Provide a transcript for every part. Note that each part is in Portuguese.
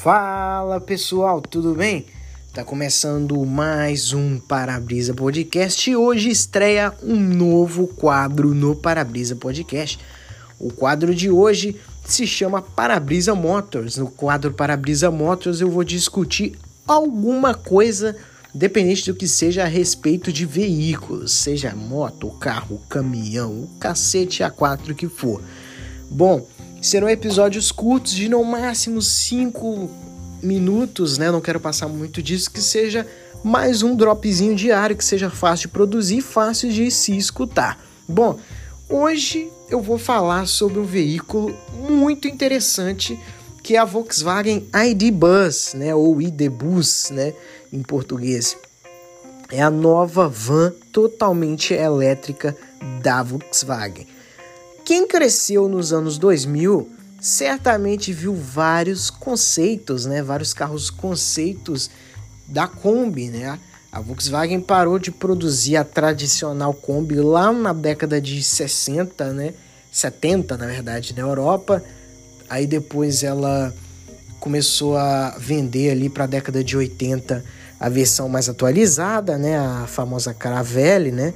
Fala pessoal, tudo bem? Tá começando mais um Para-Brisa Podcast e hoje estreia um novo quadro no Para-Brisa Podcast. O quadro de hoje se chama Para-Brisa Motors. No quadro Para-Brisa Motors eu vou discutir alguma coisa, dependente do que seja, a respeito de veículos, seja moto, carro, caminhão, o cacete A4 que for. Bom, serão episódios curtos de no máximo 5 minutos, né? Não quero passar muito disso, que seja mais um dropzinho diário, que seja fácil de produzir e fácil de se escutar. Bom, hoje eu vou falar sobre um veículo muito interessante, que é a Volkswagen ID Buzz, né? Ou ID Bus, né? Em português. É a nova van totalmente elétrica da Volkswagen. Quem cresceu nos anos 2000 certamente viu vários conceitos, né? Vários carros conceitos da Kombi, né? A Volkswagen parou de produzir a tradicional Kombi lá na década de 60, né? 70, na verdade, na Europa. Aí depois ela começou a vender ali para a década de 80 a versão mais atualizada, né? A famosa Caravelle, né?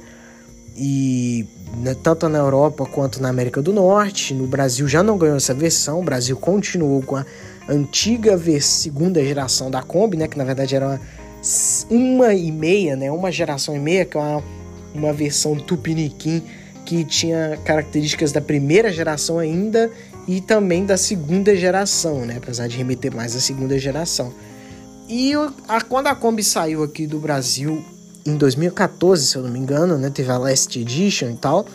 E tanto na Europa quanto na América do Norte. No Brasil já não ganhou essa versão. O Brasil continuou com a antiga segunda geração da Kombi, né? Que na verdade era uma e meia, né? Uma geração e meia, que é uma versão Tupiniquim que tinha características da primeira geração ainda e também da segunda geração, né? Apesar de remeter mais à segunda geração. E quando a Kombi saiu aqui do Brasil em 2014, se eu não me engano, né, teve a Last Edition e tal,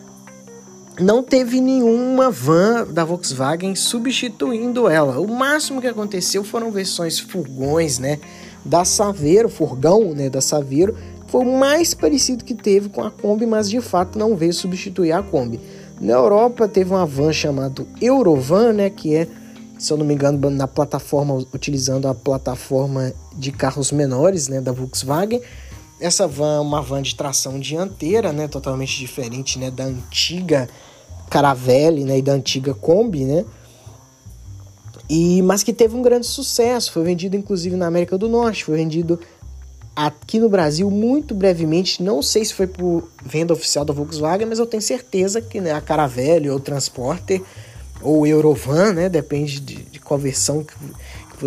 não teve nenhuma van da Volkswagen substituindo ela. O máximo que aconteceu foram versões furgões, né, da Saveiro, furgão, né, da Saveiro, foi o mais parecido que teve com a Kombi, mas de fato não veio substituir a Kombi. Na Europa teve uma van chamada Eurovan, né, que é, se eu não me engano, na plataforma, utilizando a plataforma de carros menores, né, da Volkswagen. Essa van é uma van de tração dianteira, né, totalmente diferente, né, da antiga Caravelle, né, e da antiga Kombi, né, mas que teve um grande sucesso. Foi vendido inclusive na América do Norte, foi vendido aqui no Brasil muito brevemente. Não sei se foi por venda oficial da Volkswagen, mas eu tenho certeza que, né, a Caravelle ou Transporter ou Eurovan, né, depende de qual versão que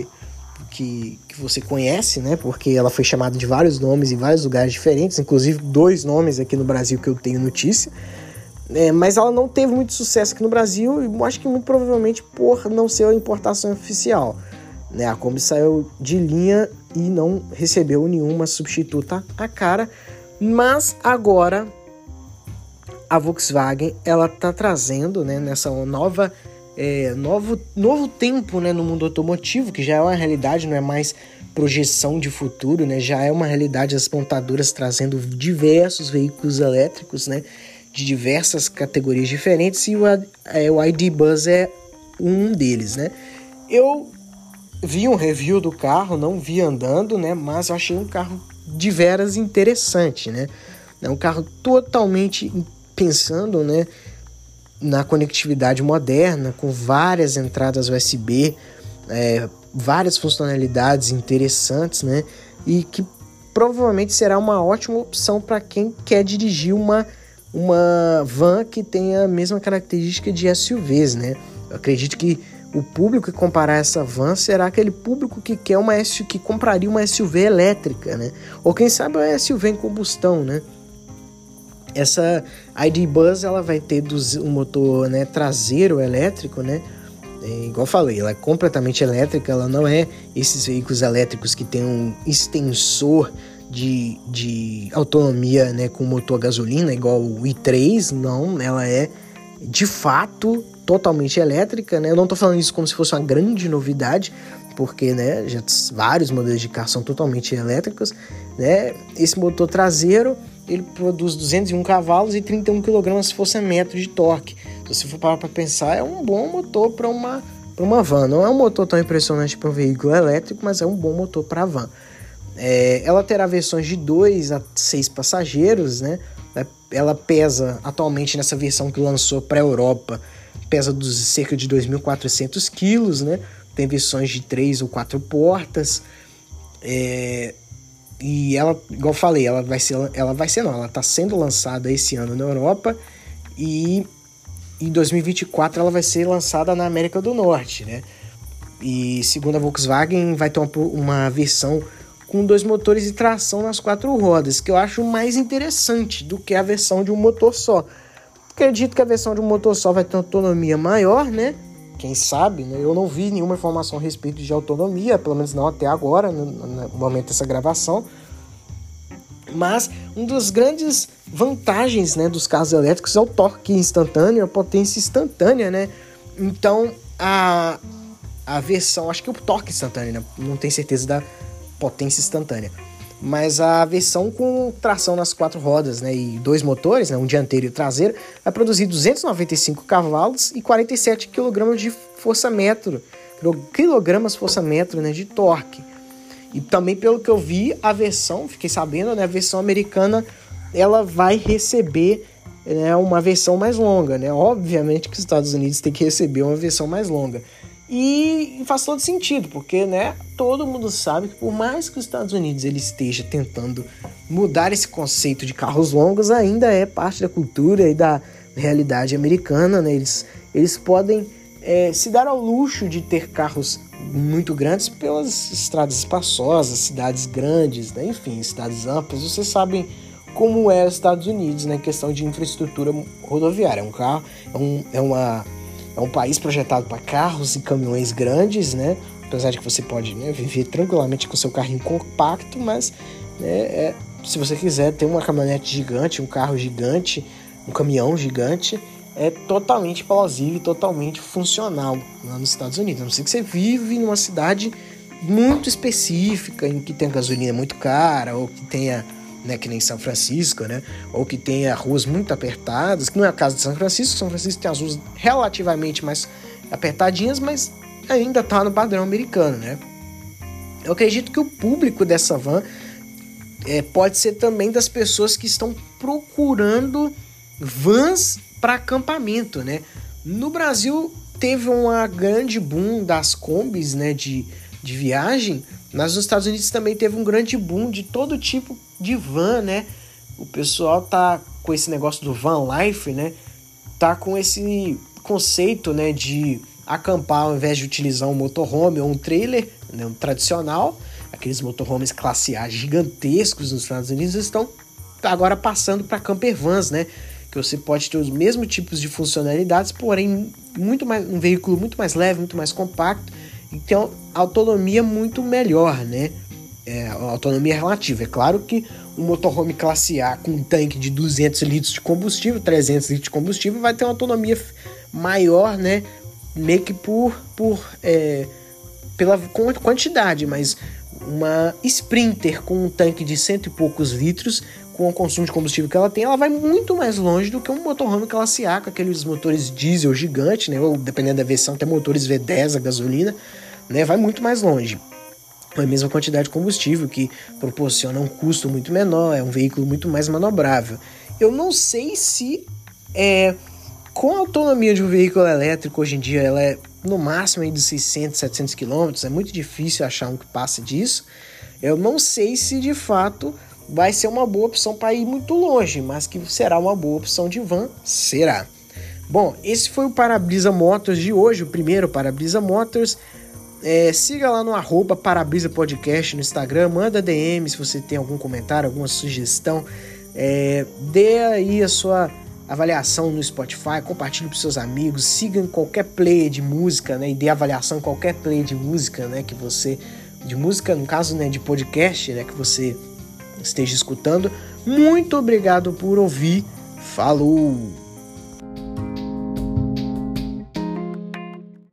você conhece, né? Porque ela foi chamada de vários nomes em vários lugares diferentes, inclusive 2 nomes aqui no Brasil que eu tenho notícia. Mas ela não teve muito sucesso aqui no Brasil, e acho que muito provavelmente por não ser a importação oficial, né? A Kombi saiu de linha e não recebeu nenhuma substituta à cara, mas agora a Volkswagen ela tá trazendo, né, nessa novo tempo, né, no mundo automotivo, que já é uma realidade, não é mais projeção de futuro, né, já é uma realidade, as montadoras trazendo diversos veículos elétricos, né, de diversas categorias diferentes, e o ID Buzz é um deles, né. Eu vi um review do carro, não vi andando, né, mas eu achei um carro de veras interessante, né. É um carro totalmente pensando, né, na conectividade moderna, com várias entradas USB, várias funcionalidades interessantes, né, e que provavelmente será uma ótima opção para quem quer dirigir uma van que tenha a mesma característica de SUVs, né. Eu acredito que o público que comparar essa van será aquele público que quer que compraria uma SUV elétrica, né, ou quem sabe uma SUV em combustão, né. Essa ID Buzz ela vai ter um motor, né, traseiro elétrico, né? Igual eu falei, ela é completamente elétrica, ela não é esses veículos elétricos que tem um extensor de autonomia, né, com motor a gasolina, igual o i3, não, ela é de fato totalmente elétrica, né? Eu não estou falando isso como se fosse uma grande novidade, porque, né, já vários modelos de carro são totalmente elétricos, né? Esse motor traseiro ele produz 201 cavalos e 31 kgfm de torque. Então, se for parar para pensar, é um bom motor para uma van. Não é um motor tão impressionante para um veículo elétrico, mas é um bom motor para van. Ela terá versões de 2 a 6 passageiros, né? Ela pesa, atualmente nessa versão que lançou para a Europa, pesa cerca de 2.400 quilos, né? tem versões de 3 ou 4 portas, e ela, igual eu falei, ela está sendo lançada esse ano na Europa, e em 2024 ela vai ser lançada na América do Norte, né? E segundo a Volkswagen, vai ter uma versão com 2 motores de tração nas 4 rodas, que eu acho mais interessante do que a versão de um motor só. Acredito que a versão de um motor só vai ter uma autonomia maior, né? Quem sabe, né? Eu não vi nenhuma informação a respeito de autonomia, pelo menos não até agora, no momento dessa gravação. Mas uma das grandes vantagens, né, dos carros elétricos é o torque instantâneo, a potência instantânea, né? Então, a versão, acho que o torque instantâneo, né? Não tenho certeza da potência instantânea. Mas a versão com tração nas 4 rodas, né, e 2 motores, né, um dianteiro e o traseiro, vai produzir 295 cavalos e 47 kg de força-metro, né, de torque. E também, pelo que eu vi, a versão, fiquei sabendo, né, a versão americana, ela vai receber, né, uma versão mais longa, né? Obviamente que os Estados Unidos tem que receber uma versão mais longa. E faz todo sentido, porque, né, todo mundo sabe que por mais que os Estados Unidos ele esteja tentando mudar esse conceito de carros longos, ainda é parte da cultura e da realidade americana, né? Eles podem se dar ao luxo de ter carros muito grandes pelas estradas espaçosas, cidades grandes, né? Enfim, cidades amplas. Vocês sabem como é os Estados Unidos, né, em questão de infraestrutura rodoviária. É um país projetado para carros e caminhões grandes, né? Apesar de que você pode, né, viver tranquilamente com seu carrinho compacto, mas, né, se você quiser ter uma caminhonete gigante, um carro gigante, um caminhão gigante, é totalmente plausível e totalmente funcional lá nos Estados Unidos. A não ser que você vive numa cidade muito específica, em que tem gasolina muito cara, ou que tenha, né, que nem São Francisco, né, ou que tenha ruas muito apertadas, que não é o caso de São Francisco. São Francisco tem as ruas relativamente mais apertadinhas, mas ainda está no padrão americano, né? Eu acredito que o público dessa van pode ser também das pessoas que estão procurando vans para acampamento, né? No Brasil teve uma grande boom das combis, né, de viagem, mas nos Estados Unidos também teve um grande boom de todo tipo de van, né? O pessoal tá com esse negócio do van life, né? Tá com esse conceito, né, de acampar ao invés de utilizar um motorhome ou um trailer, né, um tradicional. Aqueles motorhomes classe A gigantescos nos Estados Unidos estão agora passando para camper vans, né? Que você pode ter os mesmos tipos de funcionalidades, porém um veículo muito mais leve, muito mais compacto, e tem autonomia muito melhor, né? Autonomia relativa. É claro que um motorhome classe A com um tanque de 200 litros de combustível, 300 litros de combustível, vai ter uma autonomia maior, né? Meio que pela quantidade, mas uma Sprinter com um tanque de 100 e poucos litros, com o consumo de combustível que ela tem, ela vai muito mais longe do que um motorhome classe A com aqueles motores diesel gigante, né? Ou dependendo da versão, até motores V10 a gasolina, né? Vai muito mais longe. A mesma quantidade de combustível, que proporciona um custo muito menor, é um veículo muito mais manobrável. Eu não sei se com a autonomia de um veículo elétrico hoje em dia, ela é no máximo aí de 600, 700 km, é muito difícil achar um que passe disso. Eu não sei se de fato vai ser uma boa opção para ir muito longe, mas que será uma boa opção de van, será. Bom, esse foi o Para-Brisa Motors de hoje, o primeiro Para-Brisa Motors. Siga lá no @Para-Brisa Podcast no Instagram, manda DM se você tem algum comentário, alguma sugestão, dê aí a sua avaliação no Spotify, compartilhe para seus amigos, siga em qualquer player de música, né, e dê avaliação em qualquer player de música, né, de música, no caso, né, de podcast, né, que você esteja escutando. Muito obrigado por ouvir, falou!